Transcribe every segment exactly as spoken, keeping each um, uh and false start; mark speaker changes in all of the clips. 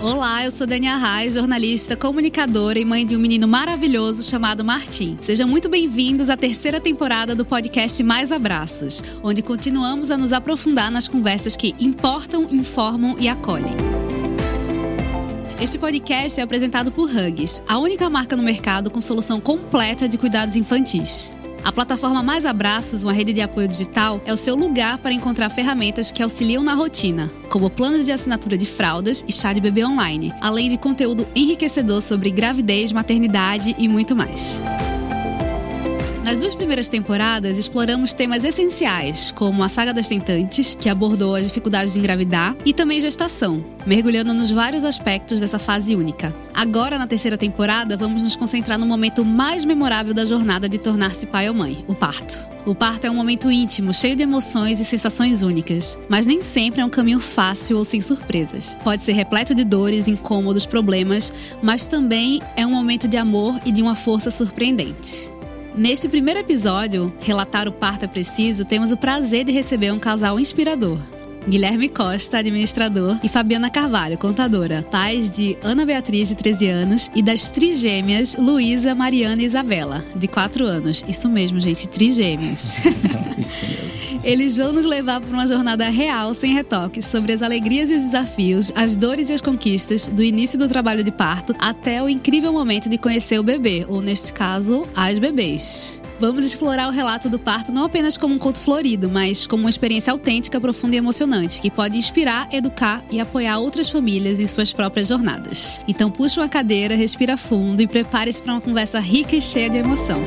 Speaker 1: Olá, eu sou Dani Arraes, jornalista, comunicadora e mãe de um menino maravilhoso chamado Martim. Sejam muito bem-vindos à terceira temporada do podcast Mais Abraços, onde continuamos a nos aprofundar nas conversas que importam, informam e acolhem. Este podcast é apresentado por Huggies, a única marca no mercado com solução completa de cuidados infantis. A plataforma Mais Abraços, uma rede de apoio digital, é o seu lugar para encontrar ferramentas que auxiliam na rotina, como planos de assinatura de fraldas e chá de bebê online, além de conteúdo enriquecedor sobre gravidez, maternidade e muito mais. Nas duas primeiras temporadas, exploramos temas essenciais, como a saga das tentantes, que abordou as dificuldades de engravidar, e também gestação, mergulhando nos vários aspectos dessa fase única. Agora, na terceira temporada, vamos nos concentrar no momento mais memorável da jornada de tornar-se pai ou mãe, o parto. O parto é um momento íntimo, cheio de emoções e sensações únicas, mas nem sempre é um caminho fácil ou sem surpresas. Pode ser repleto de dores, incômodos, problemas, mas também é um momento de amor e de uma força surpreendente. Neste primeiro episódio, Relatar o Parto é Preciso, temos o prazer de receber um casal inspirador. Guilherme Costa, administrador, e Fabiana Carvalho, contadora, pais de Ana Beatriz, de treze anos, e das trigêmeas Luísa, Mariana e Isabela, de quatro anos. Isso mesmo, gente, trigêmeos. Eles vão nos levar por uma jornada real, sem retoques, sobre as alegrias e os desafios, as dores e as conquistas, do início do trabalho de parto até o incrível momento de conhecer o bebê, ou neste caso, as bebês. Vamos explorar o relato do parto não apenas como um conto florido, mas como uma experiência autêntica, profunda e emocionante, que pode inspirar, educar e apoiar outras famílias em suas próprias jornadas. Então puxa uma cadeira, respira fundo e prepare-se para uma conversa rica e cheia de emoção.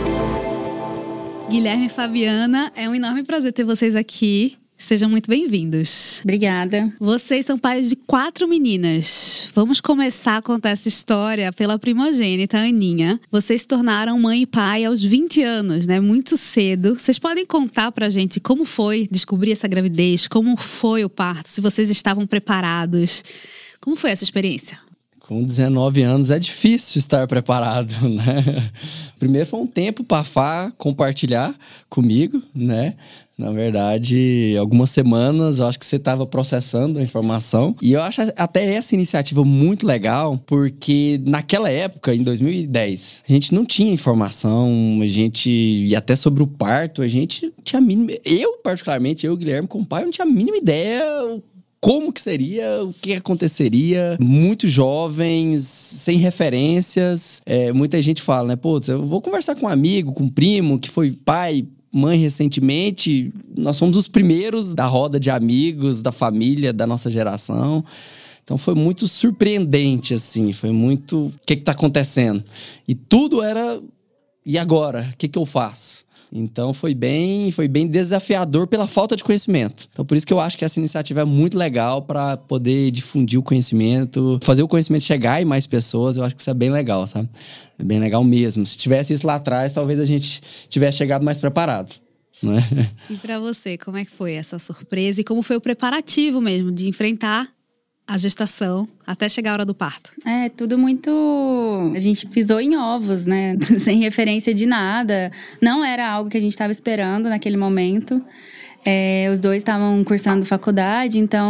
Speaker 1: Guilherme e Fabiana, é um enorme prazer ter vocês aqui. Sejam muito bem-vindos.
Speaker 2: Obrigada.
Speaker 1: Vocês são pais de quatro meninas. Vamos começar a contar essa história pela primogênita, Aninha. Vocês se tornaram mãe e pai aos vinte anos, né? Muito cedo. Vocês podem contar pra gente como foi descobrir essa gravidez? Como foi o parto? Se vocês estavam preparados? Como foi essa experiência?
Speaker 3: Com dezenove anos é difícil estar preparado, né? Primeiro foi um tempo para Fá compartilhar comigo, né? Na verdade, algumas semanas eu acho que você estava processando a informação. E eu acho até essa iniciativa muito legal, porque naquela época, em dois mil e dez, a gente não tinha informação, a gente, e até sobre o parto, a gente tinha a mínima... Eu, particularmente, eu, Guilherme, como pai, eu não tinha a mínima ideia... Como que seria, o que aconteceria, muito jovens, sem referências. É, muita gente fala, né, pô, eu vou conversar com um amigo, com um primo que foi pai, mãe recentemente. Nós fomos os primeiros da roda de amigos, da família, da nossa geração. Então foi muito surpreendente, assim, foi muito... O que que tá acontecendo? E tudo era... E agora? O que que eu faço? Então foi bem, foi bem desafiador pela falta de conhecimento. Então por isso que eu acho que essa iniciativa é muito legal para poder difundir o conhecimento, fazer o conhecimento chegar em mais pessoas. Eu acho que isso é bem legal, sabe? É bem legal mesmo. Se tivesse isso lá atrás, talvez a gente tivesse chegado mais preparado, né?
Speaker 1: E para você, como é que foi essa surpresa e como foi o preparativo mesmo de enfrentar a gestação até chegar a hora do parto?
Speaker 2: É, tudo muito... A gente pisou em ovos, né? Sem referência de nada. Não era algo que a gente estava esperando naquele momento. É, os dois estavam cursando faculdade, então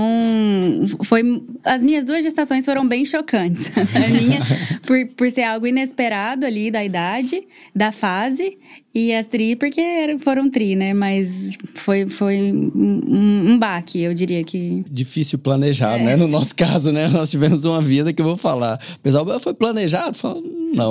Speaker 2: foi, as minhas duas gestações foram bem chocantes. A minha, por, por ser algo inesperado ali da idade, da fase, e as tri, porque foram tri, né? Mas foi, foi um, um baque, eu diria que...
Speaker 3: Difícil planejar, é. né? No nosso caso, né? Nós tivemos uma vida que eu vou falar. O pessoal, foi planejado? Falo, não.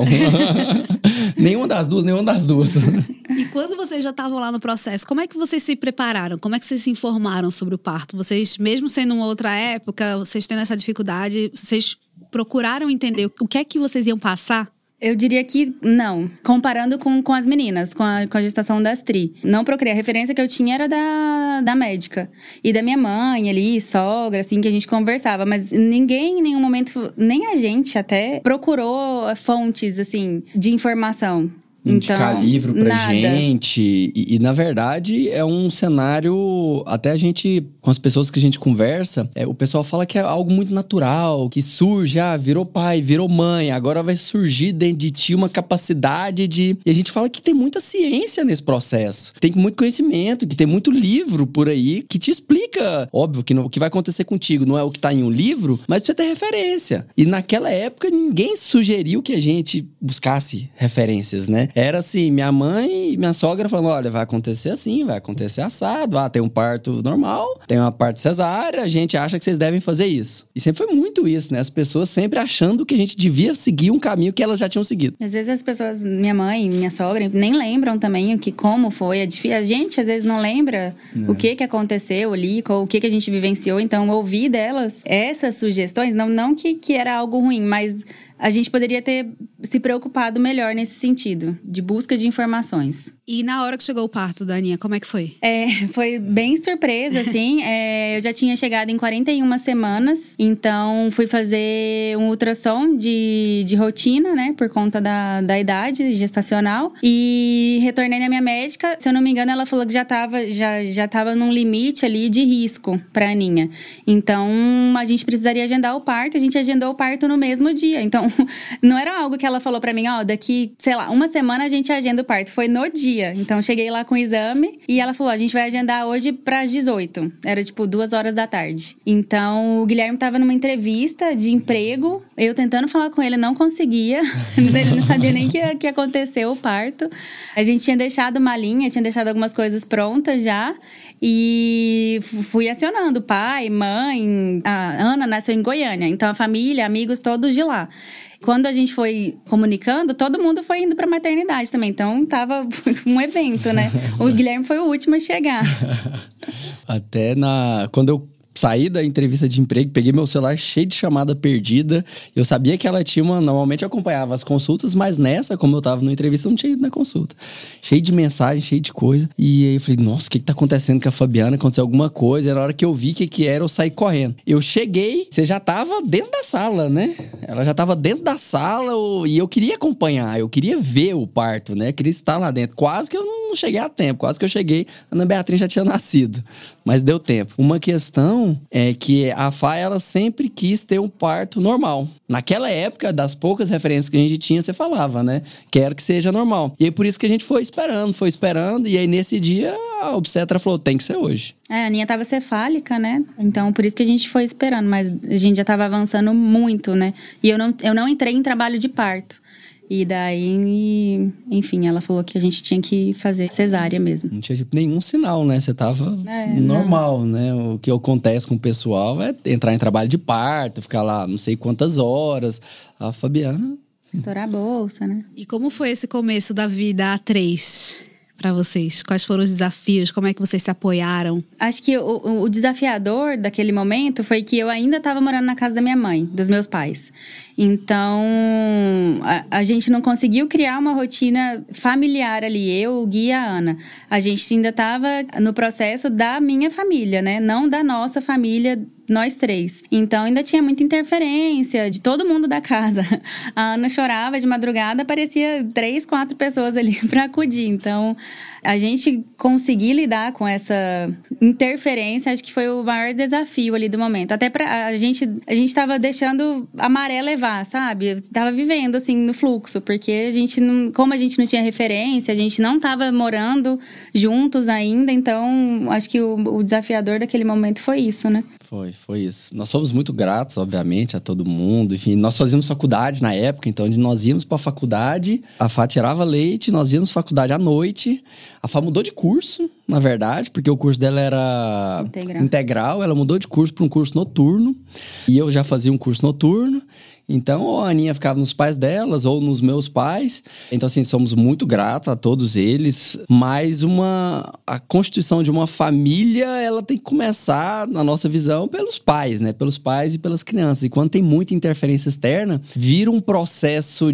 Speaker 3: Nenhuma das duas, nenhuma das duas.
Speaker 1: E quando vocês já estavam lá no processo, como é que vocês se prepararam? Como é que vocês se informaram sobre o parto? Vocês, mesmo sendo uma outra época, vocês tendo essa dificuldade, vocês procuraram entender o que é que vocês iam passar?
Speaker 2: Eu diria que não. Comparando com, com as meninas, com a, com a gestação das tri. Não procriei. A referência que eu tinha era da, da médica. E da minha mãe ali, sogra, assim, que a gente conversava. Mas ninguém, em nenhum momento, nem a gente até, procurou fontes, assim, de informação.
Speaker 3: indicar
Speaker 2: então,
Speaker 3: livro pra
Speaker 2: nada.
Speaker 3: gente. E, e, na verdade, é um cenário... Até a gente, com as pessoas que a gente conversa, é, o pessoal fala que é algo muito natural, que surge, ah, virou pai, virou mãe, agora vai surgir dentro de ti uma capacidade de... E a gente fala que tem muita ciência nesse processo. Tem muito conhecimento, que tem muito livro por aí que te explica. Óbvio que não, o que vai acontecer contigo não é o que tá em um livro, mas você tem referência. E naquela época, ninguém sugeriu que a gente buscasse referências, né? Era assim, minha mãe e minha sogra falando, olha, vai acontecer assim, vai acontecer assado, ah, tem um parto normal, tem uma parte cesárea, a gente acha que vocês devem fazer isso. E sempre foi muito isso, né? As pessoas sempre achando que a gente devia seguir um caminho que elas já tinham seguido.
Speaker 2: Às vezes as pessoas, minha mãe, minha sogra, nem lembram também o que, como foi. A gente, às vezes, não lembra é. o que que aconteceu ali, o que que a gente vivenciou. Então, ouvir delas essas sugestões, não, não que, que era algo ruim, mas... a gente poderia ter se preocupado melhor nesse sentido, de busca de informações.
Speaker 1: E na hora que chegou o parto da Aninha, como é que foi?
Speaker 2: É, foi bem surpresa, assim. é, eu já tinha chegado em quarenta e uma semanas, então fui fazer um ultrassom de, de rotina, né, por conta da, da idade gestacional. E retornei na minha médica, se eu não me engano, ela falou que já tava, já, já tava num limite ali de risco pra Aninha. Então, a gente precisaria agendar o parto, a gente agendou o parto no mesmo dia. Então, não era algo que ela falou pra mim, ó, daqui, sei lá, uma semana a gente agenda o parto. Foi no dia. Então, cheguei lá com o exame e ela falou, a gente vai agendar hoje pras dezoito. Era, tipo, duas horas da tarde. Então, o Guilherme tava numa entrevista de emprego. Eu tentando falar com ele, não conseguia. Ele não sabia nem que, que aconteceu o parto. A gente tinha deixado uma linha, tinha deixado algumas coisas prontas já. E fui acionando pai, mãe. A Ana nasceu em Goiânia. Então, a família, amigos, todos de lá. Quando a gente foi comunicando, todo mundo foi indo pra maternidade também. Então, tava um evento, né? O Guilherme foi o último a chegar.
Speaker 3: Até na... Quando eu saí da entrevista de emprego, peguei meu celular cheio de chamada perdida. Eu sabia que ela tinha uma... Normalmente eu acompanhava as consultas, mas nessa, como eu tava na entrevista, eu não tinha ido na consulta. Cheio de mensagem, cheio de coisa. E aí eu falei, nossa, o que que tá acontecendo com a Fabiana? Aconteceu alguma coisa. E na hora que eu vi o que que era, eu saí correndo. Eu cheguei, você já tava dentro da sala, né? Ela já tava dentro da sala e eu queria acompanhar, eu queria ver o parto, né? Eu queria estar lá dentro. Quase que eu não cheguei a tempo, quase que eu cheguei, a Ana Beatriz já tinha nascido. Mas deu tempo. Uma questão é que a Fá, ela sempre quis ter um parto normal. Naquela época, das poucas referências que a gente tinha, você falava, né? Quero que seja normal. E aí, por isso que a gente foi esperando, foi esperando. E aí, nesse dia, a obstetra falou, tem que ser hoje.
Speaker 2: É, a Aninha tava cefálica, né? Então, por isso que a gente foi esperando. Mas a gente já tava avançando muito, né? E eu não, eu não entrei em trabalho de parto. E daí, enfim, ela falou que a gente tinha que fazer cesárea mesmo.
Speaker 3: Não tinha tipo, nenhum sinal, né? Você tava
Speaker 2: é,
Speaker 3: normal,
Speaker 2: não.
Speaker 3: né? O que acontece com o pessoal é entrar em trabalho de parto, ficar lá não sei quantas horas. A Fabiana...
Speaker 2: Estourar a bolsa, né?
Speaker 1: E como foi esse começo da vida A três para vocês? Quais foram os desafios? Como é que vocês se apoiaram?
Speaker 2: Acho que o, o desafiador daquele momento foi que eu ainda estava morando na casa da minha mãe, dos meus pais. Então, a, a gente não conseguiu criar uma rotina familiar ali, eu, o Gui e a Ana. A gente ainda estava no processo da minha família, né? Não da nossa família, nós três. Então, ainda tinha muita interferência de todo mundo da casa. A Ana chorava de madrugada, aparecia três, quatro pessoas ali para acudir. Então, a gente conseguir lidar com essa interferência, acho que foi o maior desafio ali do momento. Até pra a gente, a gente tava deixando a maré levar, sabe? Tava vivendo, assim, no fluxo, porque a gente não, como a gente não tinha referência, a gente não tava morando juntos ainda, então acho que o, o desafiador daquele momento foi isso, né?
Speaker 3: Foi, foi isso. Nós somos muito gratos, obviamente, a todo mundo. Enfim, nós fazíamos faculdade na época, então nós íamos pra faculdade, a Fá tirava leite, nós íamos pra faculdade à noite. A Fá mudou de curso, na verdade, porque o curso dela era integral, integral. Ela mudou de curso para um curso noturno. E eu já fazia um curso noturno. Então, ou a Aninha ficava nos pais delas, ou nos meus pais. Então, assim, somos muito gratos a todos eles. Mas uma, a constituição de uma família, ela tem que começar, na nossa visão, pelos pais, né? Pelos pais e pelas crianças. E quando tem muita interferência externa, vira um processo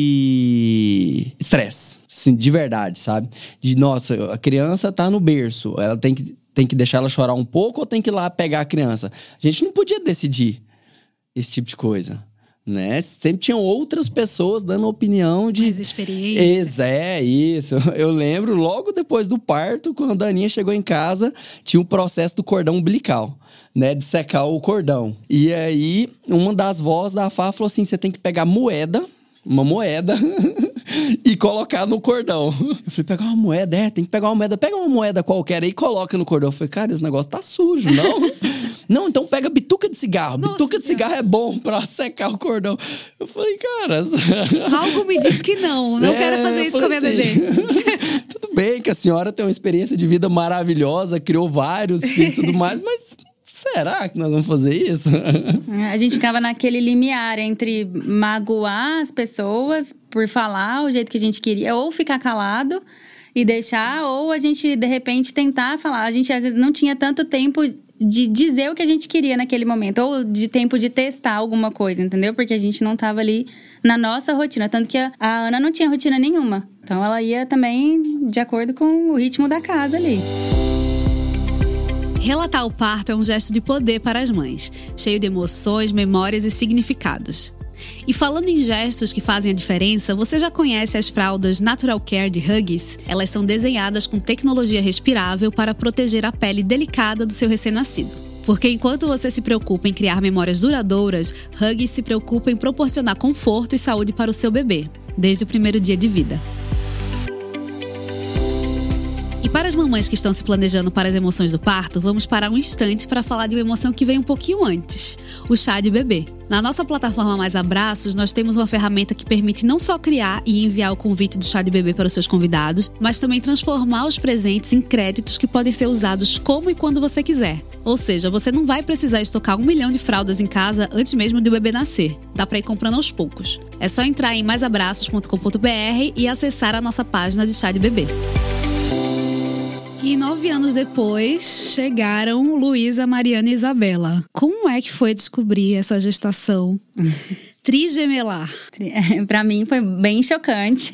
Speaker 3: de estresse. Assim, de verdade, sabe? De, nossa, a criança tá no berço. Ela tem que, tem que deixar ela chorar um pouco ou tem que ir lá pegar a criança? A gente não podia decidir esse tipo de coisa. né? Sempre tinham outras pessoas dando opinião de...
Speaker 1: Mais experiência.
Speaker 3: É, isso. Eu lembro, logo depois do parto, quando a Aninha chegou em casa, tinha o processo do cordão umbilical, né? De secar o cordão. E aí, uma das vós da Fá falou assim, você tem que pegar moeda, uma moeda, e colocar no cordão. Eu falei, pegar uma moeda? É, tem que pegar uma moeda. Pega uma moeda qualquer aí e coloca no cordão. Eu falei, cara, esse negócio tá sujo, não? Não, então pega bituca de cigarro. Nossa, bituca de cigarro é bom pra secar o cordão. Eu falei, cara...
Speaker 1: Algo me diz que não. Não é, quero fazer isso com a minha
Speaker 3: assim,
Speaker 1: bebê.
Speaker 3: Tudo bem que a senhora tem uma experiência de vida maravilhosa, criou vários filhos e tudo mais, mas... Será que nós vamos fazer isso?
Speaker 2: A gente ficava naquele limiar entre magoar as pessoas por falar o jeito que a gente queria, ou ficar calado e deixar, ou a gente, de repente, tentar falar. A gente, às vezes, não tinha tanto tempo de dizer o que a gente queria naquele momento, ou de tempo de testar alguma coisa, entendeu? Porque a gente não tava ali na nossa rotina. Tanto que a, a Ana não tinha rotina nenhuma. Então, ela ia também de acordo com o ritmo da casa ali.
Speaker 1: Relatar o parto é um gesto de poder para as mães, cheio de emoções, memórias e significados. E falando em gestos que fazem a diferença, você já conhece as fraldas Natural Care de Huggies? Elas são desenhadas com tecnologia respirável para proteger a pele delicada do seu recém-nascido. Porque enquanto você se preocupa em criar memórias duradouras, Huggies se preocupa em proporcionar conforto e saúde para o seu bebê, desde o primeiro dia de vida. E para as mamães que estão se planejando para as emoções do parto, vamos parar um instante para falar de uma emoção que vem um pouquinho antes: o chá de bebê. Na nossa plataforma Mais Abraços, nós temos uma ferramenta que permite não só criar e enviar o convite do chá de bebê para os seus convidados, mas também transformar os presentes em créditos que podem ser usados como e quando você quiser. Ou seja, você não vai precisar estocar um milhão de fraldas em casa antes mesmo do bebê nascer. Dá para ir comprando aos poucos. É só entrar em mais abraços ponto com ponto b r e acessar a nossa página de chá de bebê. E nove anos depois, chegaram Luísa, Mariana e Isabela. Como é que foi descobrir essa gestação trigemelar?
Speaker 2: Pra mim foi bem chocante.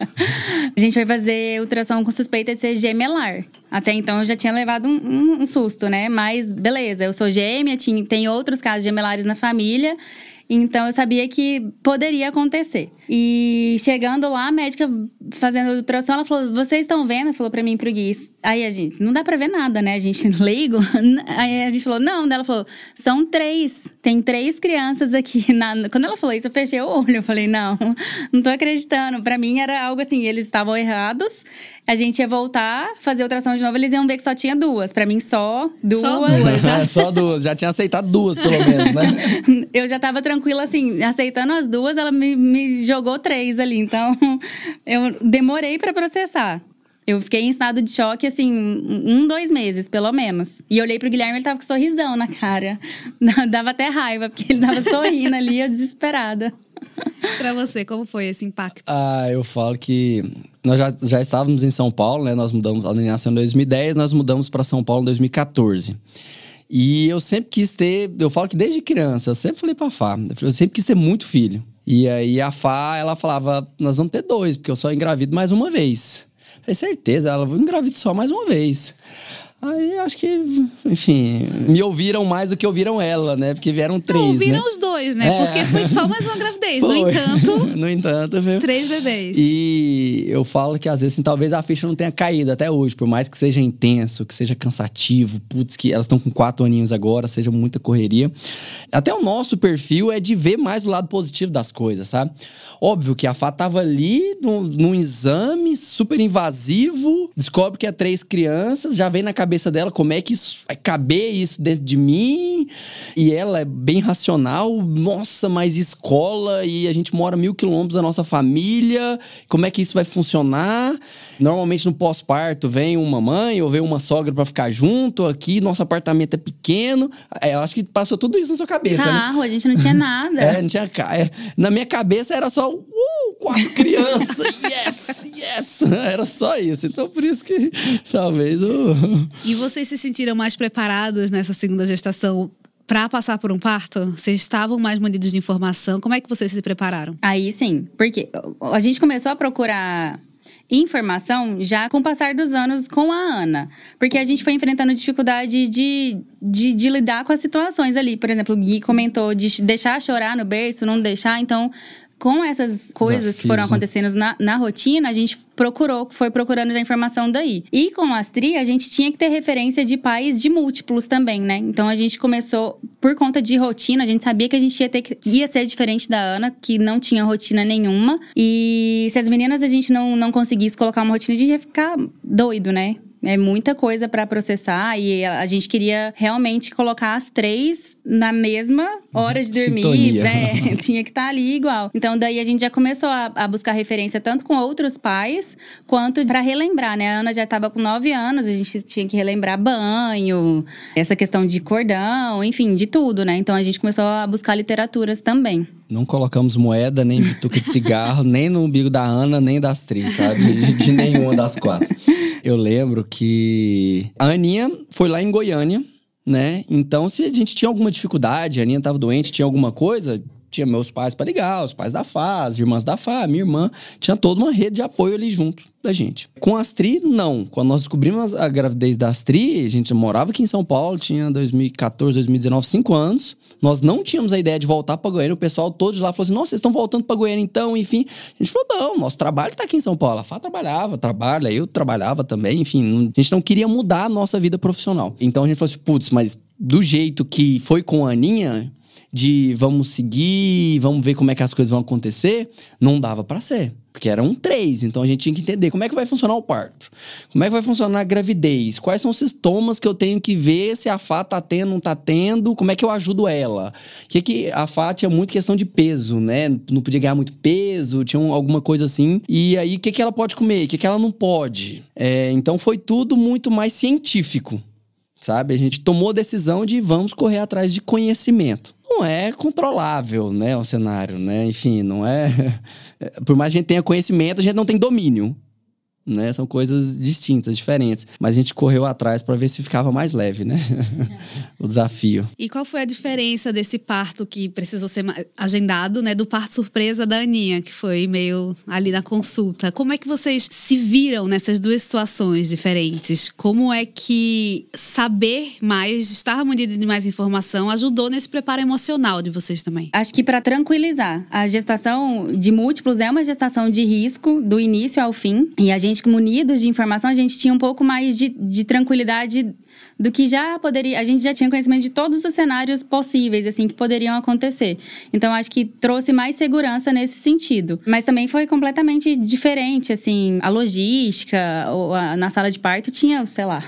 Speaker 2: A gente foi fazer ultrassom com suspeita de ser gemelar. Até então eu já tinha levado um, um, um susto, né? Mas beleza, eu sou gêmea, tinha, tem outros casos gemelares na família. Então, eu sabia que poderia acontecer. E chegando lá, a médica fazendo ultrassom, ela falou, vocês estão vendo? Falou pra mim e pro Gui. Aí a gente, não dá pra ver nada, né? A gente leigo. Aí a gente falou, não. Ela falou, são três. Tem três crianças aqui. Na... Quando ela falou isso, eu fechei o olho. Eu falei, não, não tô acreditando. Pra mim era algo assim, eles estavam errados. A gente ia voltar, fazer ultrassom de novo, eles iam ver que só tinha duas. Pra mim, só duas.
Speaker 1: Só duas, já.
Speaker 3: Só duas. Já tinha aceitado duas, pelo menos, né?
Speaker 2: Eu já tava tranquila, assim, aceitando as duas, ela me, me jogou três ali. Então, eu demorei pra processar. Eu fiquei em estado de choque, assim, um, dois meses, pelo menos. E eu olhei pro Guilherme, ele tava com sorrisão na cara. Dava até raiva, porque ele tava sorrindo ali, eu desesperada.
Speaker 1: Pra você, como foi esse impacto?
Speaker 3: Ah, eu falo que nós já, já estávamos em São Paulo, né? Nós mudamos, a Aninha nasceu em dois mil e dez, nós mudamos para São Paulo em dois mil e quatorze. E eu sempre quis ter, eu falo que desde criança, eu sempre falei pra Fá, eu sempre quis ter muito filho. E aí a Fá, ela falava, nós vamos ter dois, porque eu só engravido mais uma vez. Falei, certeza, ela vai engravido só mais uma vez. Aí acho que, enfim, me ouviram mais do que ouviram ela, né? Porque vieram três,
Speaker 1: Não, ouviram
Speaker 3: né?
Speaker 1: os dois, né?
Speaker 3: É.
Speaker 1: Porque foi só mais uma gravidez.
Speaker 3: Foi.
Speaker 1: No entanto,
Speaker 3: no entanto, viu?
Speaker 1: Três bebês.
Speaker 3: E eu falo que às vezes, assim, talvez a ficha não tenha caído até hoje. Por mais que seja intenso, que seja cansativo. Putz, que elas estão com quatro aninhos agora, seja muita correria. Até o nosso perfil é de ver mais o lado positivo das coisas, sabe? Óbvio que a Fá tava ali num, num exame super invasivo. Descobre que é três crianças. Já vem na cabeça dela como é que isso vai caber isso dentro de mim. E ela é bem racional. Nossa, mas escola e a gente mora mil quilômetros da nossa família. Como é que isso vai funcionar? Normalmente no pós-parto vem uma mãe ou vem uma sogra pra ficar junto. Aqui nosso apartamento é pequeno. É, eu acho que passou tudo isso na sua cabeça,
Speaker 2: Carro,
Speaker 3: né?
Speaker 2: a gente não tinha nada.
Speaker 3: É, não tinha... É, na minha cabeça era só uh, quatro crianças. Yes, yes. Era só isso. Então por isso que talvez o...
Speaker 1: E vocês se sentiram mais preparados nessa segunda gestação para passar por um parto? Vocês estavam mais munidos de informação? Como é que vocês se prepararam?
Speaker 2: Aí sim, porque a gente começou a procurar informação já com o passar dos anos com a Ana. Porque a gente foi enfrentando dificuldade de, de, de lidar com as situações ali. Por exemplo, o Gui comentou de deixar chorar no berço, não deixar. Então, com essas coisas Desafios, que foram acontecendo na, na rotina, a gente procurou, foi procurando já informação daí. E com a Astri, a gente tinha que ter referência de pais de múltiplos também, né? Então, a gente começou, por conta de rotina, a gente sabia que a gente ia ter que, ia ser diferente da Ana, que não tinha rotina nenhuma. E se as meninas a gente não, não conseguisse colocar uma rotina, a gente ia ficar doido, né? É muita coisa pra processar e a gente queria realmente colocar as três na mesma hora de dormir,
Speaker 3: Sintonia.
Speaker 2: né? Tinha que estar ali igual. Então, daí a gente já começou a, a buscar referência tanto com outros pais, quanto pra relembrar, né? A Ana já tava com nove anos, a gente tinha que relembrar banho, essa questão de cordão, enfim, de tudo, né? Então, a gente começou a buscar literaturas também.
Speaker 3: Não colocamos moeda, nem bituca de cigarro, nem no umbigo da Ana, nem das Tri, tá? De, de nenhuma das quatro. Eu lembro que a Aninha foi lá em Goiânia, né? Então, se a gente tinha alguma dificuldade, a Aninha tava doente, tinha alguma coisa, tinha meus pais pra ligar, os pais da Fá, as irmãs da Fá, minha irmã. Tinha toda uma rede de apoio ali junto da gente. Com a Astri, não. Quando nós descobrimos a gravidez da Astri, a gente morava aqui em São Paulo, tinha dois mil e quatorze, dois mil e dezenove, cinco anos. Nós não tínhamos a ideia de voltar pra Goiânia. O pessoal todo de lá falou assim, nossa, vocês estão voltando pra Goiânia então, enfim. A gente falou, não, nosso trabalho tá aqui em São Paulo. A Fá trabalhava, trabalha, eu trabalhava também, enfim. A gente não queria mudar a nossa vida profissional. Então a gente falou assim, putz, mas do jeito que foi com a Aninha, de vamos seguir, vamos ver como é que as coisas vão acontecer, não dava pra ser. Porque eram três, então a gente tinha que entender como é que vai funcionar o parto. Como é que vai funcionar a gravidez? Quais são os sintomas que eu tenho que ver se a Fá tá tendo, não tá tendo? Como é que eu ajudo ela? Que que a Fá tinha muito questão de peso, né? Não podia ganhar muito peso, tinha alguma coisa assim. E aí, o que que ela pode comer? O que que ela não pode? É, então, foi tudo muito mais científico, sabe? A gente tomou a decisão de vamos correr atrás de conhecimento. Não é controlável, né, o cenário, né? Enfim, não é... Por mais que a gente tenha conhecimento, a gente não tem domínio, né? São coisas distintas, diferentes. Mas a gente correu atrás para ver se ficava mais leve, né? O desafio.
Speaker 1: E qual foi a diferença desse parto que precisou ser agendado, né? Do parto surpresa da Aninha, que foi meio ali na consulta. Como é que vocês se viram nessas duas situações diferentes? Como é que saber mais, estar munido de mais informação, ajudou nesse preparo emocional de vocês também?
Speaker 2: Acho que para tranquilizar, a gestação de múltiplos é uma gestação de risco do início ao fim. E a gente, munidos de informação, a gente tinha um pouco mais de, de tranquilidade do que já poderia... A gente já tinha conhecimento de todos os cenários possíveis, assim, que poderiam acontecer. Então, acho que trouxe mais segurança nesse sentido. Mas também foi completamente diferente, assim, a logística, ou a, na sala de parto tinha, sei lá...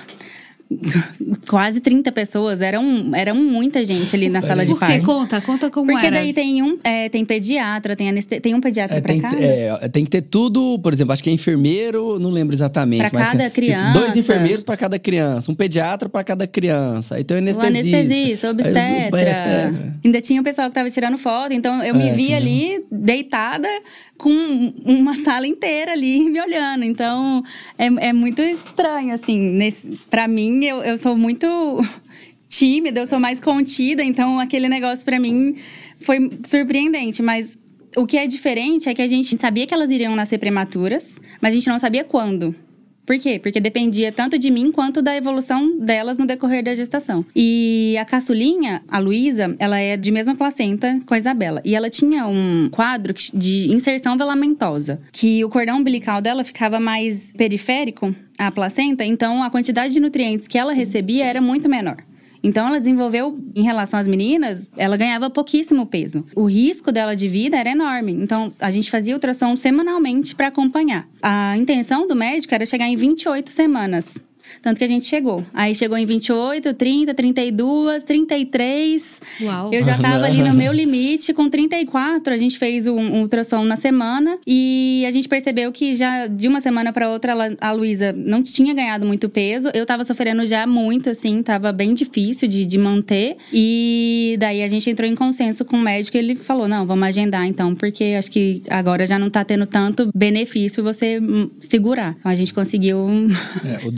Speaker 2: quase trinta pessoas, eram, eram muita gente ali na sala de parto.
Speaker 1: Por quê? Conta, conta como
Speaker 2: Porque
Speaker 1: era.
Speaker 2: Porque daí tem um, é, tem pediatra, tem aneste... tem um pediatra
Speaker 3: é,
Speaker 2: pra
Speaker 3: tem,
Speaker 2: cada?
Speaker 3: É, tem que ter tudo, por exemplo, acho que é enfermeiro, não lembro exatamente.
Speaker 2: Pra
Speaker 3: mas
Speaker 2: cada
Speaker 3: que,
Speaker 2: criança.
Speaker 3: Tipo, dois enfermeiros pra cada criança, um pediatra pra cada criança, aí tem o anestesista.
Speaker 2: O anestesista, o obstetra.
Speaker 3: obstetra.
Speaker 2: Ainda tinha o pessoal que tava tirando foto, então eu me
Speaker 3: é,
Speaker 2: vi ali, mesmo. deitada, com uma sala inteira ali me olhando. Então, é, é muito estranho, assim. Nesse, pra mim, eu, eu sou muito tímida, eu sou mais contida. Então, aquele negócio pra mim foi surpreendente. Mas o que é diferente é que a gente sabia que elas iriam nascer prematuras, mas a gente não sabia quando. Por quê? Porque dependia tanto de mim quanto da evolução delas no decorrer da gestação. E a caçulinha, a Luísa, ela é de mesma placenta com a Isabela. E ela tinha um quadro de inserção velamentosa, que o cordão umbilical dela ficava mais periférico à placenta, então a quantidade de nutrientes que ela recebia era muito menor. Então, ela desenvolveu, em relação às meninas, ela ganhava pouquíssimo peso. O risco dela de vida era enorme. Então, a gente fazia ultrassom semanalmente para acompanhar. A intenção do médico era chegar em vinte e oito semanas. Tanto que a gente chegou. Aí chegou em vinte e oito, trinta, trinta e dois, trinta e três.
Speaker 1: Uau.
Speaker 2: Eu já tava ali no meu limite. Com trinta e quatro, a gente fez um, um ultrassom na semana. E a gente percebeu que já de uma semana pra outra, ela, a Luísa não tinha ganhado muito peso. Eu tava sofrendo já muito, assim. Tava bem difícil de, de manter. E daí a gente entrou em consenso com o médico. E ele falou, não, vamos agendar então. Porque acho que agora já não tá tendo tanto benefício você segurar. Então a gente conseguiu...
Speaker 3: É, o Dani... O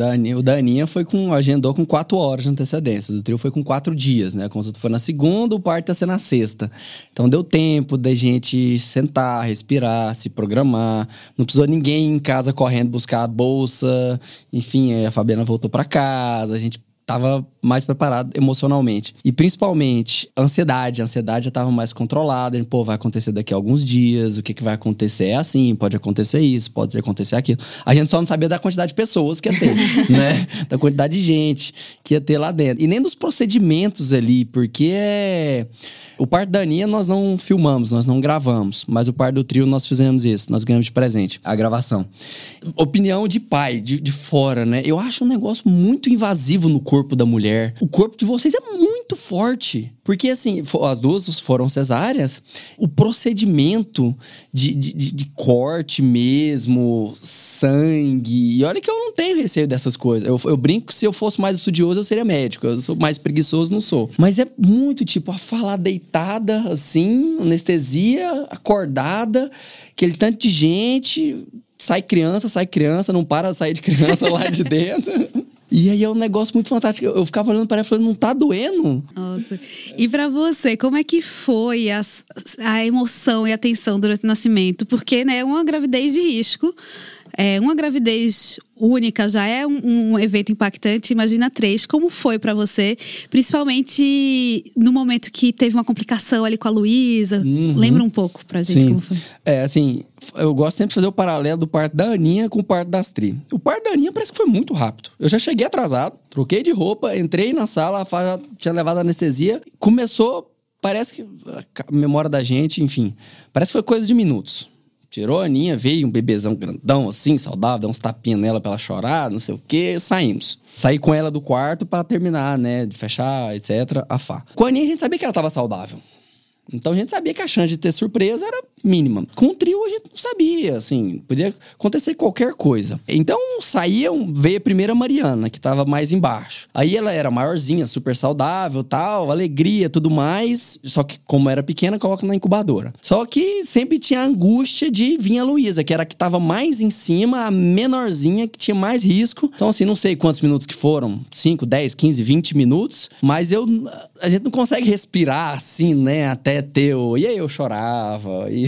Speaker 3: O da Aninha foi com, agendou com quatro horas de antecedência. O do trio foi com quatro dias, né? A consulta foi na segunda, o parto ia ser na sexta. Então deu tempo da gente sentar, respirar, se programar. Não precisou ninguém em casa correndo buscar a bolsa. Enfim, a Fabiana voltou pra casa, a gente tava mais preparado emocionalmente. E principalmente, ansiedade. A ansiedade já tava mais controlada. A Pô, vai acontecer daqui a alguns dias. O que, que vai acontecer é assim. Pode acontecer isso, pode acontecer aquilo. A gente só não sabia da quantidade de pessoas que ia ter, né? Da quantidade de gente que ia ter lá dentro. E nem dos procedimentos ali, porque é... O parto da Aninha nós não filmamos, nós não gravamos. Mas o parto do trio nós fizemos isso. Nós ganhamos de presente a gravação. Opinião de pai, de, de fora, né? Eu acho um negócio muito invasivo no corpo da mulher. O corpo de vocês é muito forte. Porque, assim, as duas foram cesáreas. O procedimento de, de, de corte mesmo, sangue... E olha que eu não tenho receio dessas coisas. Eu, eu brinco que se eu fosse mais estudioso, eu seria médico. Eu sou mais preguiçoso, não sou. Mas é muito, tipo, a falar deitada, assim, anestesia, acordada, aquele tanto de gente... Sai criança, sai criança, não para de sair de criança lá de dentro. E aí é um negócio muito fantástico. Eu ficava olhando para ela e falando, não tá doendo?
Speaker 1: Nossa. E pra você, como é que foi a, a emoção e a tensão durante o nascimento? Porque, né, uma gravidez de risco, é, uma gravidez única já é um, um evento impactante. Imagina três. Como foi pra você? Principalmente no momento que teve uma complicação ali com a Luísa. Uhum. Lembra um pouco pra gente. Sim. Como foi?
Speaker 3: É, assim, eu gosto sempre de fazer o paralelo do parto da Aninha com o parto das Tri. O parto da Aninha parece que foi muito rápido. Eu já cheguei atrasado, troquei de roupa, entrei na sala, a Fá já tinha levado a anestesia. Começou, parece que a memória da gente, enfim, parece que foi coisa de minutos. Tirou a Aninha, veio um bebezão grandão assim, saudável, deu uns tapinhas nela pra ela chorar, não sei o quê, saímos. Saí com ela do quarto pra terminar, né, de fechar, etcétera, a Fá. Com a Aninha a gente sabia que ela tava saudável. Então a gente sabia que a chance de ter surpresa era mínima. Com o trio a gente não sabia, assim, podia acontecer qualquer coisa. Então saíam, veio a primeira Mariana, que tava mais embaixo. Aí ela era maiorzinha, super saudável, tal, alegria, tudo mais. Só que como era pequena, coloca na incubadora. Só que sempre tinha a angústia de vir a Luísa, que era a que tava mais em cima, a menorzinha, que tinha mais risco. Então assim, não sei quantos minutos que foram, cinco, dez, quinze, vinte minutos. Mas eu, a gente não consegue respirar assim, né, até ter o... E aí eu chorava, e...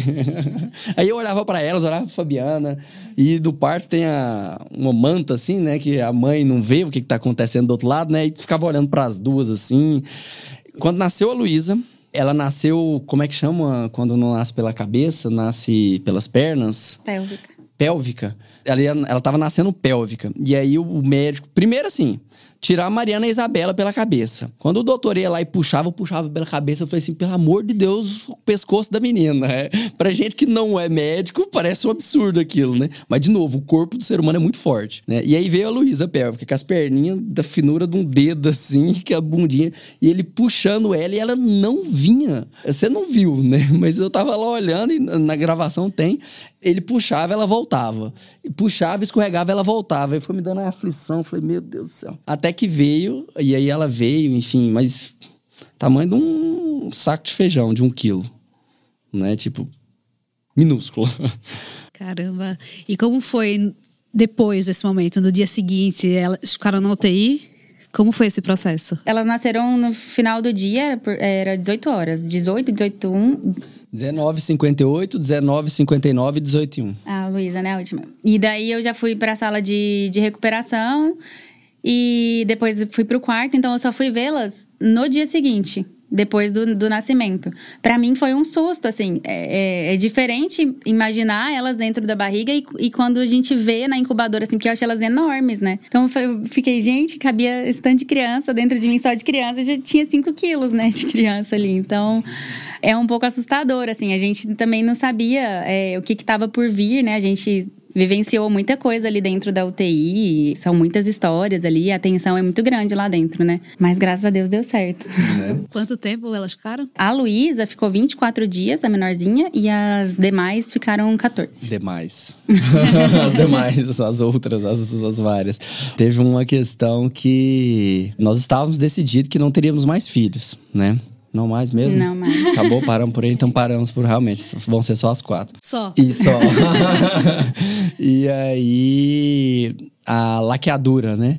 Speaker 3: aí eu olhava pra elas, olhava pra Fabiana, e do parto tem a, uma manta assim, né, que a mãe não vê o que, que tá acontecendo do outro lado, né, e ficava olhando pras duas assim. Quando nasceu a Luísa, ela nasceu, como é que chama quando não nasce pela cabeça, nasce pelas pernas?
Speaker 2: Pélvica.
Speaker 3: Pélvica. Ela, ia, ela tava nascendo pélvica. E aí o médico, primeiro assim, tirar a Mariana e a Isabela pela cabeça. Quando o doutor ia lá e puxava, puxava pela cabeça, eu falei assim, pelo amor de Deus, o pescoço da menina. É, pra gente que não é médico, parece um absurdo aquilo, né? Mas, de novo, o corpo do ser humano é muito forte, né? E aí veio a Luísa pélvica, com as perninhas da finura de um dedo, assim, que a bundinha, e ele puxando ela, e ela não vinha. Você não viu, né? Mas eu tava lá olhando, e na gravação tem, ele puxava, ela voltava. Puxava, escorregava, ela voltava. E foi me dando uma aflição, eu falei, meu Deus do céu. Até que veio, e aí ela veio, enfim, mas tamanho de um saco de feijão, de um quilo, né? Tipo, minúsculo.
Speaker 1: Caramba. E como foi depois desse momento, no dia seguinte, elas ficaram na U T I? Como foi esse processo?
Speaker 2: Elas nasceram no final do dia, era dezoito horas. dezoito, dezoito, um...
Speaker 3: dezenove e cinquenta e oito, dezenove e cinquenta e nove e dezoito e um.
Speaker 2: Ah, Luísa, né? A última. E daí eu já fui pra sala de, de recuperação e depois fui pro quarto. Então eu só fui vê-las no dia seguinte, depois do, do nascimento. Pra mim foi um susto, assim. É, é, é diferente imaginar elas dentro da barriga e, e quando a gente vê na incubadora, assim, porque eu achei elas enormes, né? Então eu fiquei, gente, cabia esse tanto de criança dentro de mim, só de criança. Eu já tinha cinco quilos, né, de criança ali. Então é um pouco assustador, assim. A gente também não sabia é, o que que tava por vir, né? A gente vivenciou muita coisa ali dentro da U T I. São muitas histórias ali. A tensão é muito grande lá dentro, né? Mas graças a Deus deu certo.
Speaker 3: É.
Speaker 1: Quanto tempo elas ficaram?
Speaker 2: A Luísa ficou vinte e quatro dias, a menorzinha. E as demais ficaram quatorze.
Speaker 3: Demais. As demais, as outras, as, as várias. Teve uma questão que nós estávamos decididos que não teríamos mais filhos, né? Não mais mesmo?
Speaker 2: Não mais.
Speaker 3: Acabou, paramos por aí, então paramos por realmente. Vão ser só as quatro.
Speaker 1: Só?
Speaker 3: E só. E aí, a laqueadura, né?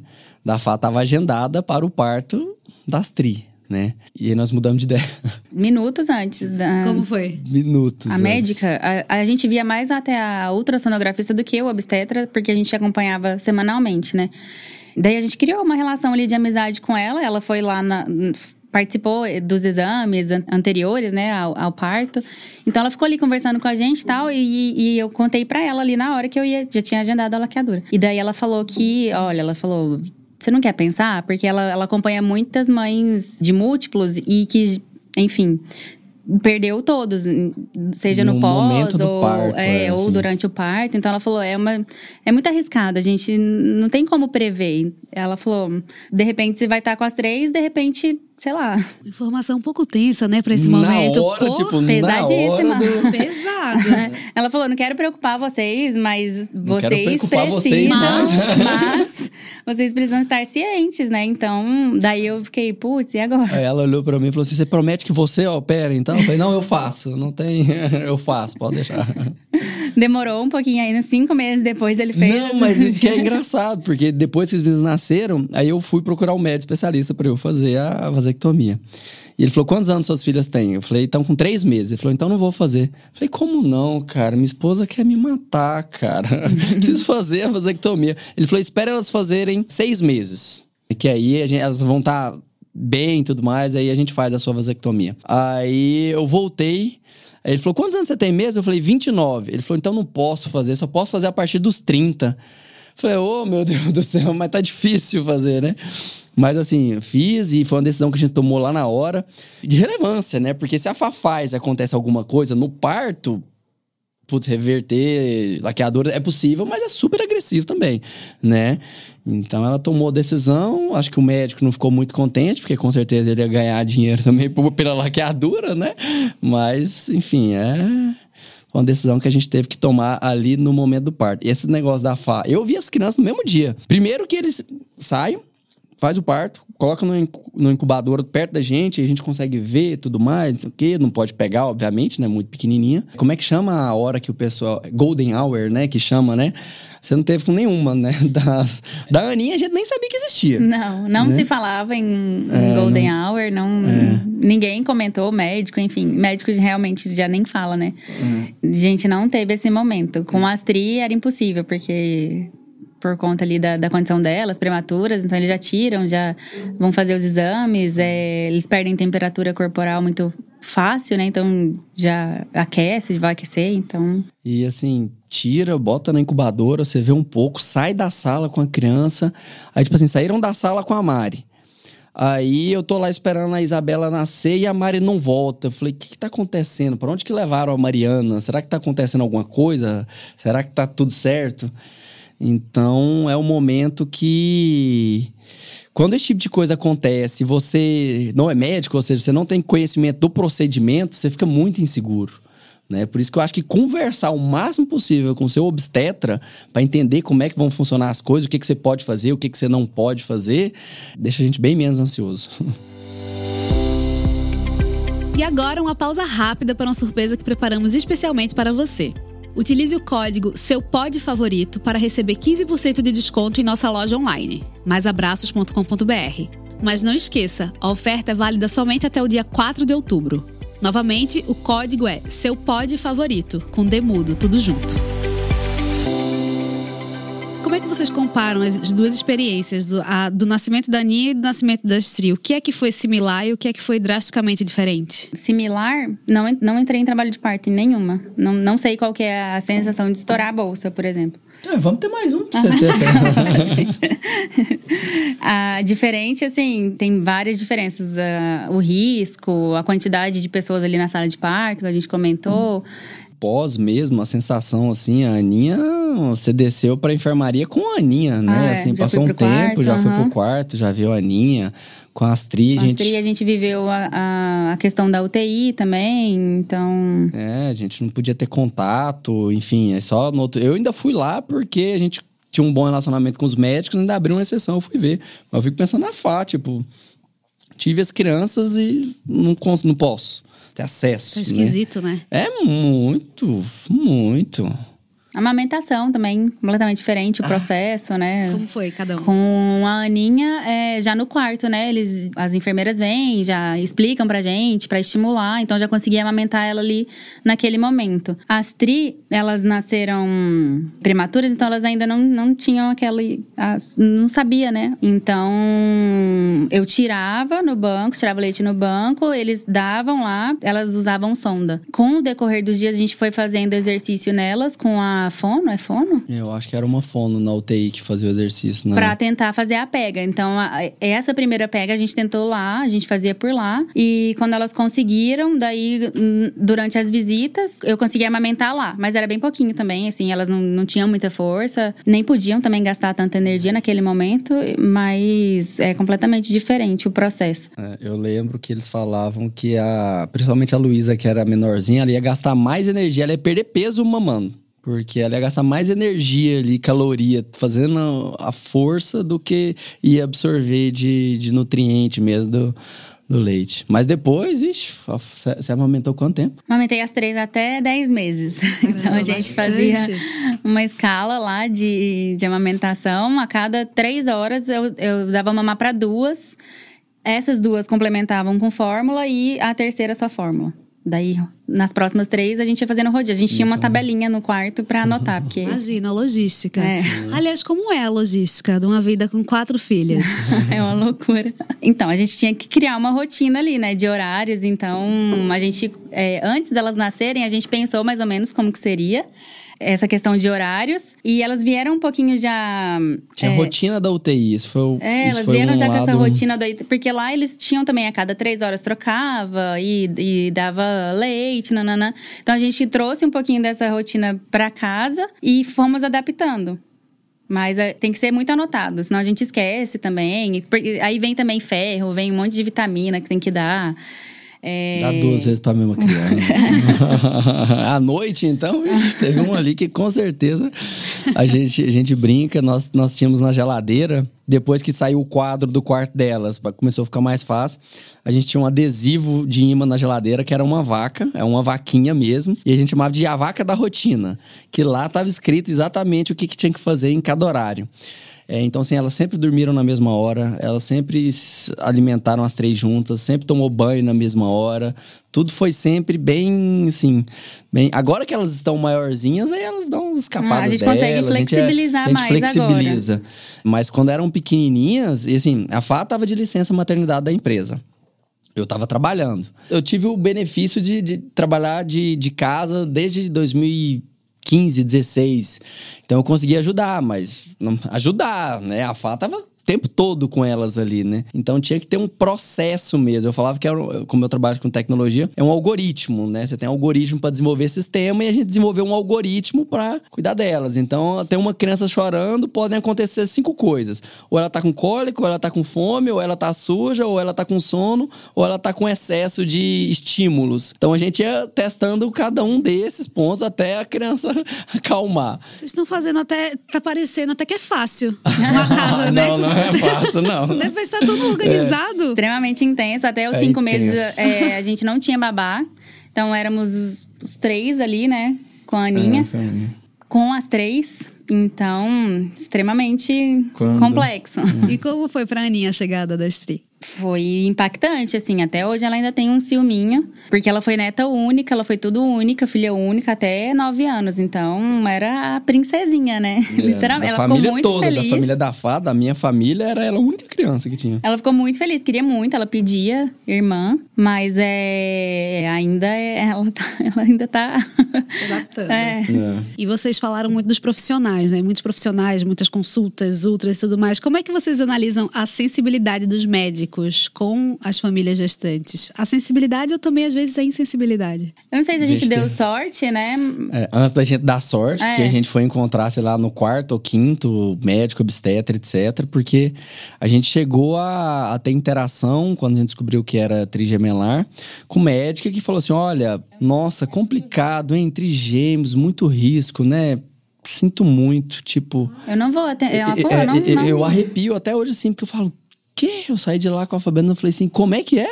Speaker 3: da Fá estava agendada para o parto das tri, né? E aí nós mudamos de ideia.
Speaker 2: Minutos antes da...
Speaker 1: Como foi?
Speaker 3: Minutos
Speaker 2: A
Speaker 3: antes.
Speaker 2: médica, a, a gente via mais até a ultrassonografista do que o obstetra, porque a gente acompanhava semanalmente, né? Daí a gente criou uma relação ali de amizade com ela. Ela foi lá, na, participou dos exames anteriores, né, ao, ao parto. Então ela ficou ali conversando com a gente e tal. E, e eu contei pra ela ali na hora que eu ia, já tinha agendado a laqueadura. E daí ela falou que, olha, ela falou... Você não quer pensar? Porque ela, ela acompanha muitas mães de múltiplos e que, enfim, perdeu todos, seja no, no pós ou,
Speaker 3: parto,
Speaker 2: é,
Speaker 3: é,
Speaker 2: ou
Speaker 3: assim.
Speaker 2: durante o parto. Então ela falou, é, uma, é muito arriscado, a gente não tem como prever. Ela falou, de repente você vai estar com as três, de repente, sei lá.
Speaker 1: Informação um pouco tensa, né, pra esse
Speaker 3: na
Speaker 1: momento.
Speaker 3: Hora,
Speaker 1: Pô,
Speaker 3: tipo,
Speaker 2: pesadíssima.
Speaker 3: Na hora do...
Speaker 1: Pesado.
Speaker 2: Ela falou, não quero preocupar vocês, mas
Speaker 3: Não quero
Speaker 2: vocês
Speaker 3: preocupar
Speaker 2: precisam.
Speaker 3: vocês,
Speaker 2: mas, mas vocês precisam estar cientes, né? Então, daí eu fiquei, putz, e agora?
Speaker 3: Aí ela olhou pra mim e falou assim, você promete que você opera, então? Eu falei, não, eu faço, não tem... eu faço, pode deixar.
Speaker 2: Demorou um pouquinho ainda, cinco meses depois ele fez.
Speaker 3: Não, mas que é engraçado, porque depois que os meninos nasceram, aí eu fui procurar um médico especialista pra eu fazer a vasectomia. E ele falou, quantos anos suas filhas têm? Eu falei, estão com três meses. Ele falou, então não vou fazer. Eu falei, como não, cara? Minha esposa quer me matar, cara. Preciso fazer a vasectomia. Ele falou, espera elas fazerem seis meses. Que aí a gente, elas vão estar tá bem e tudo mais, aí a gente faz a sua vasectomia. Aí eu voltei... Ele falou, quantos anos você tem mesmo? Eu falei, vinte e nove. Ele falou, então não posso fazer, só posso fazer a partir dos trinta. Eu falei, ô, oh, meu Deus do céu, mas tá difícil fazer, né? Mas assim, fiz e foi uma decisão que a gente tomou lá na hora. De relevância, né? Porque se a Fá faz e acontece alguma coisa no parto, putz, reverter laqueadura é possível, mas é super agressivo também, né? Então ela tomou a decisão, acho que o médico não ficou muito contente, porque com certeza ele ia ganhar dinheiro também pela laqueadura, né? Mas, enfim, é uma decisão que a gente teve que tomar ali no momento do parto. E esse negócio da Fá, eu vi as crianças no mesmo dia. Primeiro que eles saem, faz o parto, coloca no incubador perto da gente, a gente consegue ver e tudo mais, não sei o quê. Não pode pegar, obviamente, né? Muito pequenininha. Como é que chama a hora que o pessoal... Golden Hour, né? Que chama, né? Você não teve com nenhuma, né? Das, da Aninha a gente nem sabia que existia.
Speaker 2: Não, não né? se falava em, em é, Golden não, Hour, não, é. Ninguém comentou, médico, enfim. Médicos realmente já nem fala, né? Uhum. A gente não teve esse momento. Com a Astri era impossível, porque... por conta ali da, da condição delas, prematuras, então eles já tiram, já vão fazer os exames, é, eles perdem temperatura corporal muito fácil, né? Então já aquece, vai aquecer, então...
Speaker 3: E assim, tira, bota na incubadora, você vê um pouco, sai da sala com a criança. Aí, tipo assim, saíram da sala com a Mari. Aí eu tô lá esperando a Isabela nascer e a Mari não volta. Eu falei, o que que tá acontecendo? Pra onde que levaram a Mariana? Será que tá acontecendo alguma coisa? Será que tá tudo certo? Então, é um momento que... Quando esse tipo de coisa acontece, você não é médico, ou seja, você não tem conhecimento do procedimento, você fica muito inseguro, né? Por isso que eu acho que conversar o máximo possível com o seu obstetra para entender como é que vão funcionar as coisas, o que que você pode fazer, o que que você não pode fazer, deixa a gente bem menos ansioso.
Speaker 1: E agora uma pausa rápida para uma surpresa que preparamos especialmente para você. Utilize o código SEUPODFAVORITO para receber quinze por cento de desconto em nossa loja online, mais abraços ponto com ponto b r. Mas não esqueça, a oferta é válida somente até o dia quatro de outubro. Novamente, o código é SEUPODFAVORITO, com D mudo, tudo junto. Como é que vocês comparam as duas experiências, do, a, do nascimento da Aninha e do nascimento da Astri? O que é que foi similar e o que é que foi drasticamente diferente?
Speaker 2: Similar? Não, não entrei em trabalho de parto em nenhuma. Não, não sei qual que é a sensação de estourar a bolsa, por exemplo.
Speaker 3: É, vamos ter mais um, pra você ter
Speaker 2: a diferente, assim, tem várias diferenças. Uh, o risco, a quantidade de pessoas ali na sala de parto, que a gente comentou... Hum.
Speaker 3: Pós mesmo, a sensação assim, a Aninha, você desceu pra enfermaria com a Aninha, né?
Speaker 2: Ah, é,
Speaker 3: assim, passou um tempo, quarto, já uhum. foi pro quarto, já viu a Aninha. Com a Astri, a gente...
Speaker 2: Astri, a gente viveu a, a, a questão da U T I também, então...
Speaker 3: É, a gente não podia ter contato, enfim, é só no outro... Eu ainda fui lá porque a gente tinha um bom relacionamento com os médicos, ainda abriu uma exceção, eu fui ver. Mas eu fico pensando na Fá, tipo... Tive as crianças e não, não posso ter acesso.
Speaker 1: É esquisito, né?
Speaker 3: né? É muito, muito.
Speaker 2: Amamentação também, completamente diferente o processo, ah, né?
Speaker 1: Como foi cada um?
Speaker 2: Com a Aninha, é, já no quarto, né? Eles, as enfermeiras vêm, já explicam pra gente, pra estimular. Então, já consegui amamentar ela ali naquele momento. As Tri, elas nasceram prematuras, então elas ainda não, não tinham aquele… As, não sabia, né? Então, eu tirava no banco, tirava leite no banco, eles davam lá, elas usavam sonda. Com o decorrer dos dias, a gente foi fazendo exercício nelas com a fono, é fono?
Speaker 3: Eu acho que era uma fono na U T I que fazia o exercício, né?
Speaker 2: Pra tentar fazer a pega. Então, a, essa primeira pega a gente tentou lá, a gente fazia por lá. E quando elas conseguiram, daí, durante as visitas, eu conseguia amamentar lá. Mas era bem pouquinho também, assim, elas não, não tinham muita força. Nem podiam também gastar tanta energia naquele momento. Mas é completamente diferente o processo.
Speaker 3: É, eu lembro que eles falavam que, a, principalmente a Luísa, que era menorzinha, ela ia gastar mais energia, ela ia perder peso mamando. Porque ela ia gastar mais energia ali, caloria, fazendo a força do que ia absorver de, de nutriente mesmo do, do leite. Mas depois, ixi, você amamentou quanto tempo?
Speaker 2: Amamentei as três até dez meses. Caramba, então a gente bastante. Fazia uma escala lá de, de amamentação. A cada três horas eu, eu dava mamar para duas. Essas duas complementavam com fórmula e a terceira só fórmula. Daí, nas próximas três, a gente ia fazendo rodízio. A gente tinha uma tabelinha no quarto pra anotar, porque…
Speaker 1: Imagina, a logística.
Speaker 2: É.
Speaker 1: Aliás, como é a logística de uma vida com quatro filhas?
Speaker 2: É uma loucura. Então, a gente tinha que criar uma rotina ali, né? De horários. Então, a gente… É, antes delas nascerem, a gente pensou mais ou menos como que seria essa questão de horários. E elas vieram um pouquinho já…
Speaker 3: Tinha
Speaker 2: é,
Speaker 3: a rotina da U T I. Isso foi o
Speaker 2: É,
Speaker 3: isso
Speaker 2: elas
Speaker 3: foi
Speaker 2: vieram
Speaker 3: um
Speaker 2: já
Speaker 3: lado...
Speaker 2: com essa rotina da… Porque lá eles tinham também a cada três horas trocava e, e dava leite, nananã. Então a gente trouxe um pouquinho dessa rotina pra casa e fomos adaptando. Mas é, tem que ser muito anotado, senão a gente esquece também. Porque aí vem também ferro, vem um monte de vitamina que tem que dar. É...
Speaker 3: Dá duas vezes pra mesma criança. À noite, então, ixi, teve um ali que com certeza a gente, a gente brinca. Nós, nós tínhamos na geladeira, depois que saiu o quadro do quarto delas, começou a ficar mais fácil. A gente tinha um adesivo de imã na geladeira, que era uma vaca, é uma vaquinha mesmo. E a gente chamava de a vaca da rotina, que lá estava escrito exatamente o que, que tinha que fazer em cada horário. É, então, assim, elas sempre dormiram na mesma hora, elas sempre alimentaram as três juntas, sempre tomou banho na mesma hora. Tudo foi sempre bem, assim… Bem… Agora que elas estão maiorzinhas, aí elas dão uns escapadas
Speaker 2: ah, A gente
Speaker 3: delas,
Speaker 2: consegue flexibilizar
Speaker 3: a gente é, a gente
Speaker 2: mais
Speaker 3: flexibiliza.
Speaker 2: agora.
Speaker 3: Mas quando eram pequenininhas, e assim, a Fá tava de licença maternidade da empresa. Eu tava trabalhando. Eu tive o benefício de, de trabalhar de, de casa desde dois mil e quinze, dezesseis. Então eu consegui ajudar, mas não, ajudar, né? A Fá tava o tempo todo com elas ali, né? Então tinha que ter um processo mesmo. Eu falava que, era, como eu trabalho com tecnologia, é um algoritmo, né? Você tem um algoritmo para desenvolver sistema e a gente desenvolveu um algoritmo para cuidar delas. Então, tem uma criança chorando, podem acontecer cinco coisas. Ou ela tá com cólica, ou ela tá com fome, ou ela tá suja, ou ela tá com sono, ou ela tá com excesso de estímulos. Então, a gente ia testando cada um desses pontos até a criança acalmar.
Speaker 1: Vocês estão fazendo até… Tá parecendo até que é fácil. Uma casa, né?
Speaker 3: Não, não é fácil, não.
Speaker 1: Deve estar tudo organizado.
Speaker 2: É. Extremamente intenso. Até os
Speaker 3: é
Speaker 2: cinco
Speaker 3: intenso.
Speaker 2: meses é, a gente não tinha babá. Então éramos os, os três ali, né? Com a Aninha. É, com as três. Então, extremamente Quando? complexo.
Speaker 1: E como foi pra Aninha a chegada da Tri?
Speaker 2: Foi impactante, assim. Até hoje ela ainda tem um ciúminho. Porque ela foi neta única, ela foi tudo única, filha única, até nove anos. Então, era a princesinha, né?
Speaker 3: É,
Speaker 2: Literalmente.
Speaker 3: Da
Speaker 2: ela
Speaker 3: família
Speaker 2: ficou muito
Speaker 3: toda,
Speaker 2: feliz.
Speaker 3: Da família da Fá, da minha família, era ela a única criança que tinha.
Speaker 2: Ela ficou muito feliz, queria muito. Ela pedia irmã, mas é, ainda é, ela, tá, ela ainda tá…
Speaker 1: se adaptando.
Speaker 2: É.
Speaker 3: É.
Speaker 1: E vocês falaram muito dos profissionais, né? Muitos profissionais, muitas consultas, ultras e tudo mais. Como é que vocês analisam a sensibilidade dos médicos com as famílias gestantes? A sensibilidade ou também, às vezes, a insensibilidade?
Speaker 2: Eu não sei se a gente,
Speaker 3: gente
Speaker 2: deu
Speaker 3: tem...
Speaker 2: sorte, né?
Speaker 3: É, antes da gente dar sorte,
Speaker 2: é.
Speaker 3: porque a gente foi encontrar, sei lá, no quarto ou quinto médico, obstetra, etcétera. Porque a gente chegou a, a ter interação, quando a gente descobriu que era trigemelar, com médica que falou assim, olha, nossa, complicado, hein? Trigêmeos, muito risco, né? Sinto muito, tipo…
Speaker 2: Eu não vou atender. Ela falou,
Speaker 3: é,
Speaker 2: não, não.
Speaker 3: Eu arrepio até hoje, assim, porque eu falo, quê? Eu saí de lá com a Fabiana e falei assim, como é que é?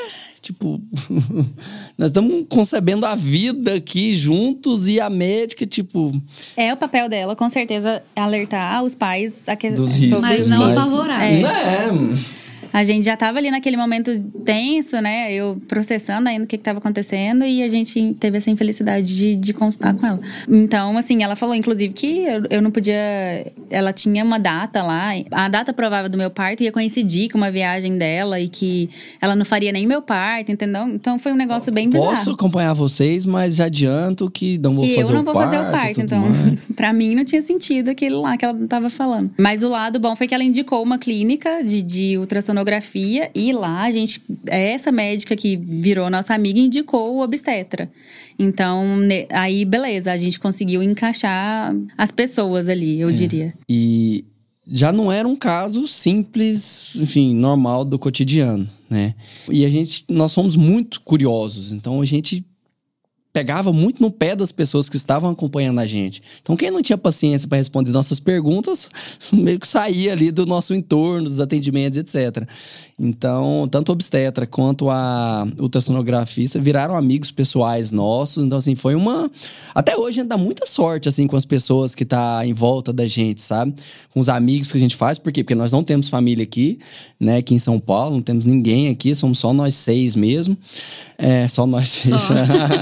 Speaker 3: Tipo, nós estamos concebendo a vida aqui juntos e a médica, tipo...
Speaker 2: É o papel dela, com certeza, alertar os pais a que...
Speaker 3: dos riscos.
Speaker 1: Mas não apavorar.
Speaker 2: É.
Speaker 3: É.
Speaker 2: A gente já tava ali naquele momento tenso, né? Eu processando ainda o que, que tava acontecendo e a gente teve essa infelicidade de, de consultar com ela. Então, assim, ela falou, inclusive, que eu, eu não podia... Ela tinha uma data lá, a data provável do meu parto ia coincidir com uma viagem dela e que ela não faria nem meu parto, entendeu? Então, foi um negócio bem bizarro.
Speaker 3: Posso acompanhar vocês, mas já adianto que não vou
Speaker 2: que
Speaker 3: fazer o parto.
Speaker 2: eu não vou
Speaker 3: parto,
Speaker 2: fazer o parto, então,
Speaker 3: mais.
Speaker 2: pra mim não tinha sentido aquilo lá que ela tava falando. Mas o lado bom foi que ela indicou uma clínica de, de ultrassonografia e lá a gente, essa médica que virou nossa amiga indicou o obstetra. Então, aí beleza, a gente conseguiu encaixar as pessoas ali, eu
Speaker 3: é.
Speaker 2: diria.
Speaker 3: E já não era um caso simples, enfim, normal do cotidiano, né? E a gente, nós somos muito curiosos, então a gente pegava muito no pé das pessoas que estavam acompanhando a gente. Então, quem não tinha paciência para responder nossas perguntas, meio que saía ali do nosso entorno, dos atendimentos, etcétera. Então, tanto o obstetra quanto a ultrassonografista viraram amigos pessoais nossos. Então, assim, foi uma... Até hoje, a gente dá muita sorte, assim, com as pessoas que tá em volta da gente, sabe? Com os amigos que a gente faz. Por quê? Porque nós não temos família aqui, né? Aqui em São Paulo, não temos ninguém aqui. Somos só nós seis mesmo. É, só nós seis.
Speaker 1: Só.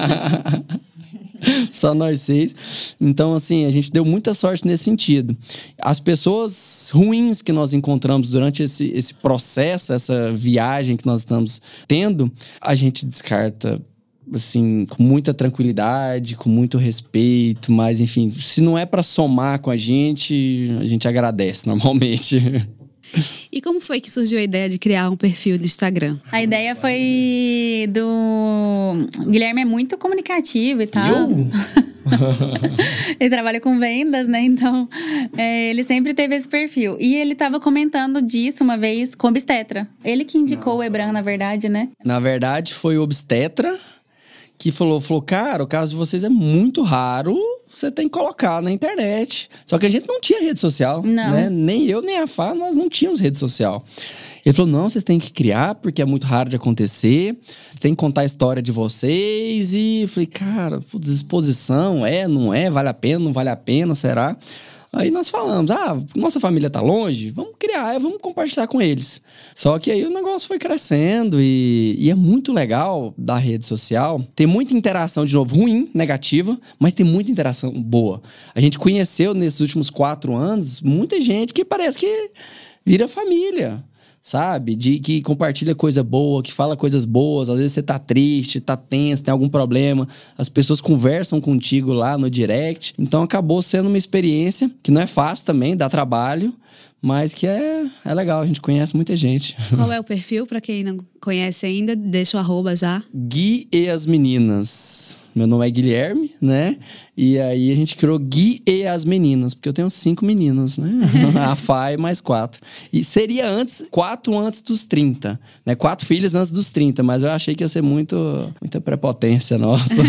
Speaker 3: Só nós seis. Então, assim, a gente deu muita sorte nesse sentido. As pessoas ruins que nós encontramos durante esse, esse processo, essa viagem que nós estamos tendo, a gente descarta, assim, com muita tranquilidade, com muito respeito. Mas, enfim, se não é para somar com a gente, a gente agradece normalmente.
Speaker 1: E como foi que surgiu a ideia de criar um perfil no Instagram?
Speaker 2: A ideia foi do... O Guilherme é muito comunicativo e tal.
Speaker 3: Eu?
Speaker 2: Ele trabalha com vendas, né? Então, é, ele sempre teve esse perfil. E ele tava comentando disso uma vez com o obstetra. Ele que indicou o Ebran, na verdade, né?
Speaker 3: Na verdade, foi o obstetra que falou, falou, cara, o caso de vocês é muito raro, você tem que colocar na internet. Só que a gente não tinha rede social,
Speaker 2: não.
Speaker 3: né? Nem eu, nem a Fá, nós não tínhamos rede social. Ele falou, não, vocês têm que criar, porque é muito raro de acontecer. Tem que contar a história de vocês. E eu falei, cara, putz, exposição, é, não é, vale a pena, não vale a pena, será? Aí nós falamos, ah, nossa família tá longe, vamos criar, vamos compartilhar com eles. Só que aí o negócio foi crescendo e, e é muito legal da rede social. Tem muita interação, de novo, ruim, negativa, mas tem muita interação boa. A gente conheceu nesses últimos quatro anos muita gente que parece que vira família. Sabe? De que compartilha coisa boa, que fala coisas boas. Às vezes você tá triste, tá tenso, tem algum problema. As pessoas conversam contigo lá no direct. Então acabou sendo uma experiência que não é fácil também, dá trabalho, mas que é, é legal. A gente conhece muita gente.
Speaker 1: Qual é o perfil? Pra quem não conhece ainda, deixa o arroba já.
Speaker 3: Gui e as meninas. Meu nome é Guilherme, né? E aí a gente criou Gui e as meninas, porque eu tenho cinco meninas, né? A Fá e mais quatro. E seria antes, quatro antes dos trinta, né? Quatro filhas antes dos trinta, mas eu achei que ia ser muito, muita prepotência nossa.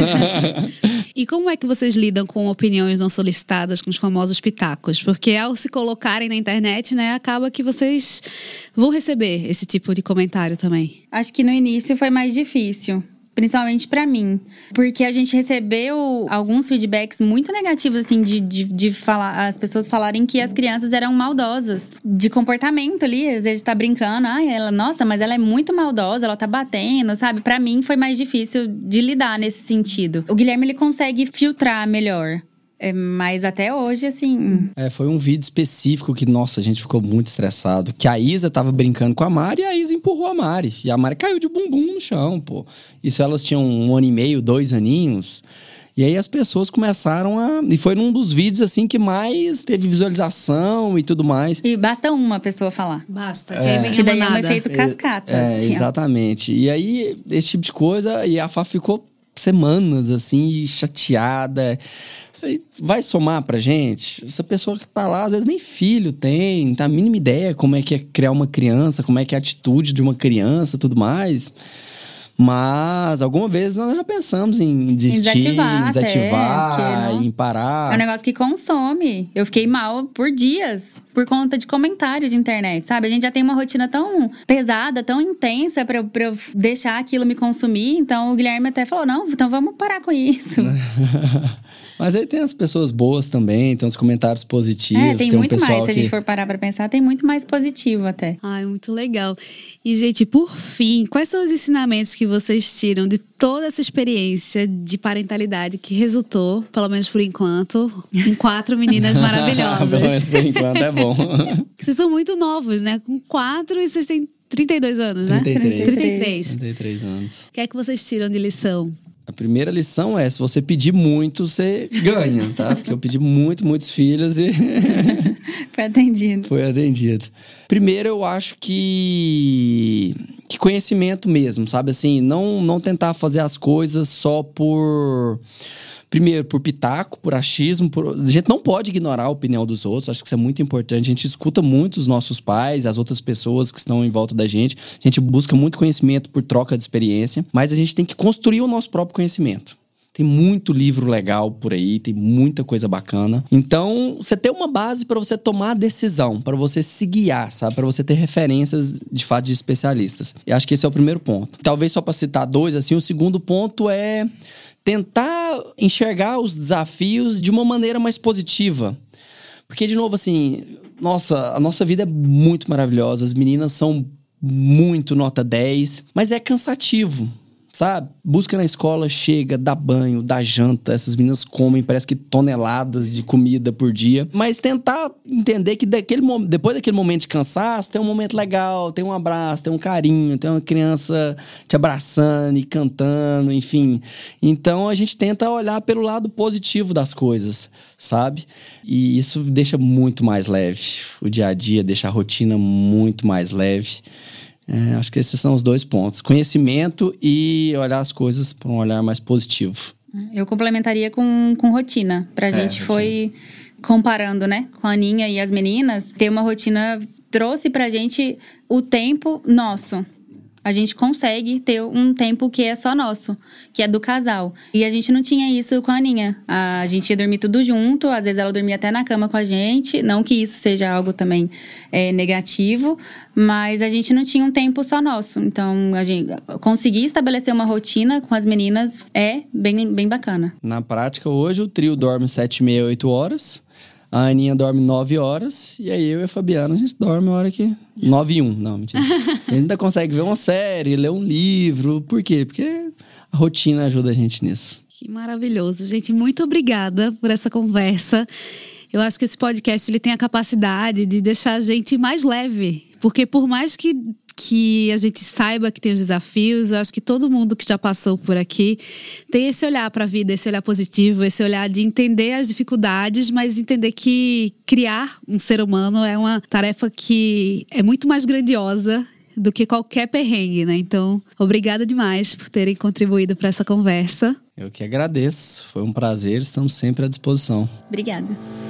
Speaker 1: E como é que vocês lidam com opiniões não solicitadas, com os famosos pitacos? Porque ao se colocarem na internet, né, acaba que vocês vão receber esse tipo de comentário também.
Speaker 2: Acho que no início foi mais difícil. Principalmente pra mim. Porque a gente recebeu alguns feedbacks muito negativos, assim, de, de, de falar, as pessoas falarem que as crianças eram maldosas. De comportamento ali, às vezes tá brincando. Ai, ela, nossa, mas ela é muito maldosa, ela tá batendo, sabe? Pra mim foi mais difícil de lidar nesse sentido. O Guilherme, ele consegue filtrar melhor. É, mas até hoje, assim...
Speaker 3: É, foi um vídeo específico que, nossa, a gente ficou muito estressado. Que a Isa tava brincando com a Mari e a Isa empurrou a Mari. E a Mari caiu de bumbum no chão, pô. Isso elas tinham um ano e meio, dois aninhos. E aí as pessoas começaram a... E foi num dos vídeos, assim, que mais teve visualização e tudo mais.
Speaker 2: E basta uma pessoa falar.
Speaker 1: Basta,
Speaker 3: É.
Speaker 1: que aí vem
Speaker 2: Que daí é um
Speaker 1: rebanada.
Speaker 2: efeito cascata.
Speaker 3: É,
Speaker 2: assim, ó.
Speaker 3: exatamente. E aí, esse tipo de coisa... E a Fá ficou semanas, assim, chateada... Vai somar pra gente? Essa pessoa que tá lá, às vezes nem filho tem, não tem a mínima ideia como é que é criar uma criança, como é que é a atitude de uma criança, tudo mais. Mas alguma vez nós já pensamos em desistir,
Speaker 2: Desativar
Speaker 3: em desativar,
Speaker 2: até, não...
Speaker 3: em parar.
Speaker 2: É um negócio que consome. Eu fiquei mal por dias por conta de comentário de internet, sabe? A gente já tem uma rotina tão pesada, tão intensa pra eu, pra eu deixar aquilo me consumir. Então o Guilherme até falou, não, então vamos parar com isso.
Speaker 3: Mas aí tem as pessoas boas também, tem os comentários positivos.
Speaker 2: É, tem,
Speaker 3: tem
Speaker 2: muito
Speaker 3: um
Speaker 2: mais,
Speaker 3: que...
Speaker 2: se a gente for parar pra pensar, tem muito mais positivo até.
Speaker 1: Ai, muito legal. E, gente, por fim, quais são os ensinamentos que vocês tiram de toda essa experiência de parentalidade que resultou, pelo menos por enquanto, em quatro meninas maravilhosas?
Speaker 3: Pelo menos por enquanto é bom.
Speaker 1: Vocês são muito novos, né? Com quatro e vocês têm trinta e dois anos, né?
Speaker 3: trinta e três.
Speaker 1: trinta e três.
Speaker 3: trinta e três anos.
Speaker 1: O que é que vocês tiram de lição?
Speaker 3: A primeira lição é, se você pedir muito, você ganha, tá? Porque eu pedi muito, muitos filhos e...
Speaker 2: Foi atendido.
Speaker 3: Foi atendido. Primeiro, eu acho que... Que conhecimento mesmo, sabe? Assim, não, não tentar fazer as coisas só por... Primeiro, por pitaco, por achismo. Por... A gente não pode ignorar a opinião dos outros. Acho que isso é muito importante. A gente escuta muito os nossos pais, as outras pessoas que estão em volta da gente. A gente busca muito conhecimento por troca de experiência. Mas a gente tem que construir o nosso próprio conhecimento. Tem muito livro legal por aí, tem muita coisa bacana. Então, você tem uma base para você tomar a decisão, para você se guiar, sabe? Para você ter referências, de fato, de especialistas. E acho que esse é o primeiro ponto. Talvez só para citar dois, assim, o segundo ponto é tentar enxergar os desafios de uma maneira mais positiva. Porque, de novo, assim, nossa, a nossa vida é muito maravilhosa. As meninas são muito nota dez, mas é cansativo. Sabe? Busca na escola, chega, dá banho, dá janta. Essas meninas comem, parece que toneladas de comida por dia. Mas tentar entender que daquele, depois daquele momento de cansaço, tem um momento legal, tem um abraço, tem um carinho, tem uma criança te abraçando e cantando, enfim. Então, a gente tenta olhar pelo lado positivo das coisas, sabe? E isso deixa muito mais leve. O dia a dia deixa a rotina muito mais leve. É, acho que esses são os dois pontos. Conhecimento e olhar as coisas por um olhar mais positivo.
Speaker 2: Eu complementaria com, com rotina. Pra é, gente rotina. Foi comparando, né? Com a Aninha e as meninas. Ter uma rotina trouxe pra gente o tempo nosso. A gente consegue ter um tempo que é só nosso, que é do casal. E a gente não tinha isso com a Aninha. A gente ia dormir tudo junto, às vezes ela dormia até na cama com a gente. Não que isso seja algo também é, negativo, mas a gente não tinha um tempo só nosso. Então, a gente conseguir estabelecer uma rotina com as meninas é bem, bem bacana.
Speaker 3: Na prática, hoje o trio dorme sete e meia, oito horas. A Aninha dorme nove horas. E aí eu e a Fabiana, a gente dorme a hora que... nove e um, não, mentira. A gente ainda consegue ver uma série, ler um livro. Por quê? Porque a rotina ajuda a gente nisso.
Speaker 1: Que maravilhoso. Gente, muito obrigada por essa conversa. Eu acho que esse podcast ele tem a capacidade de deixar a gente mais leve. Porque por mais que... que a gente saiba que tem os desafios, eu acho que todo mundo que já passou por aqui tem esse olhar para a vida, esse olhar positivo, esse olhar de entender as dificuldades, mas entender que criar um ser humano é uma tarefa que é muito mais grandiosa do que qualquer perrengue, né? Então, obrigada demais por terem contribuído para essa conversa.
Speaker 3: Eu que agradeço, foi um prazer, estamos sempre à disposição.
Speaker 2: Obrigada.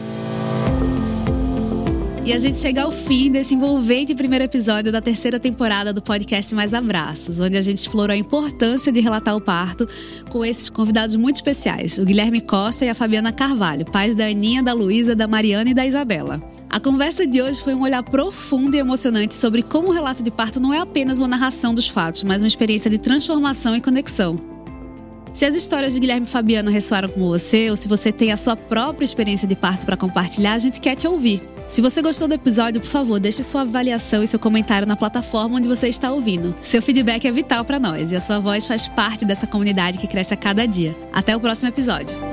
Speaker 1: E a gente chega ao fim desse envolvente primeiro episódio da terceira temporada do podcast Mais Abraços, onde a gente explorou a importância de relatar o parto com esses convidados muito especiais, o Guilherme Costa e a Fabiana Carvalho, pais da Aninha, da Luísa, da Mariana e da Isabela. A conversa de hoje foi um olhar profundo e emocionante sobre como o relato de parto não é apenas uma narração dos fatos, mas uma experiência de transformação e conexão. Se as histórias de Guilherme e Fabiana ressoaram com você, ou se você tem a sua própria experiência de parto para compartilhar, a gente quer te ouvir. Se você gostou do episódio, por favor, deixe sua avaliação e seu comentário na plataforma onde você está ouvindo. Seu feedback é vital para nós e a sua voz faz parte dessa comunidade que cresce a cada dia. Até o próximo episódio.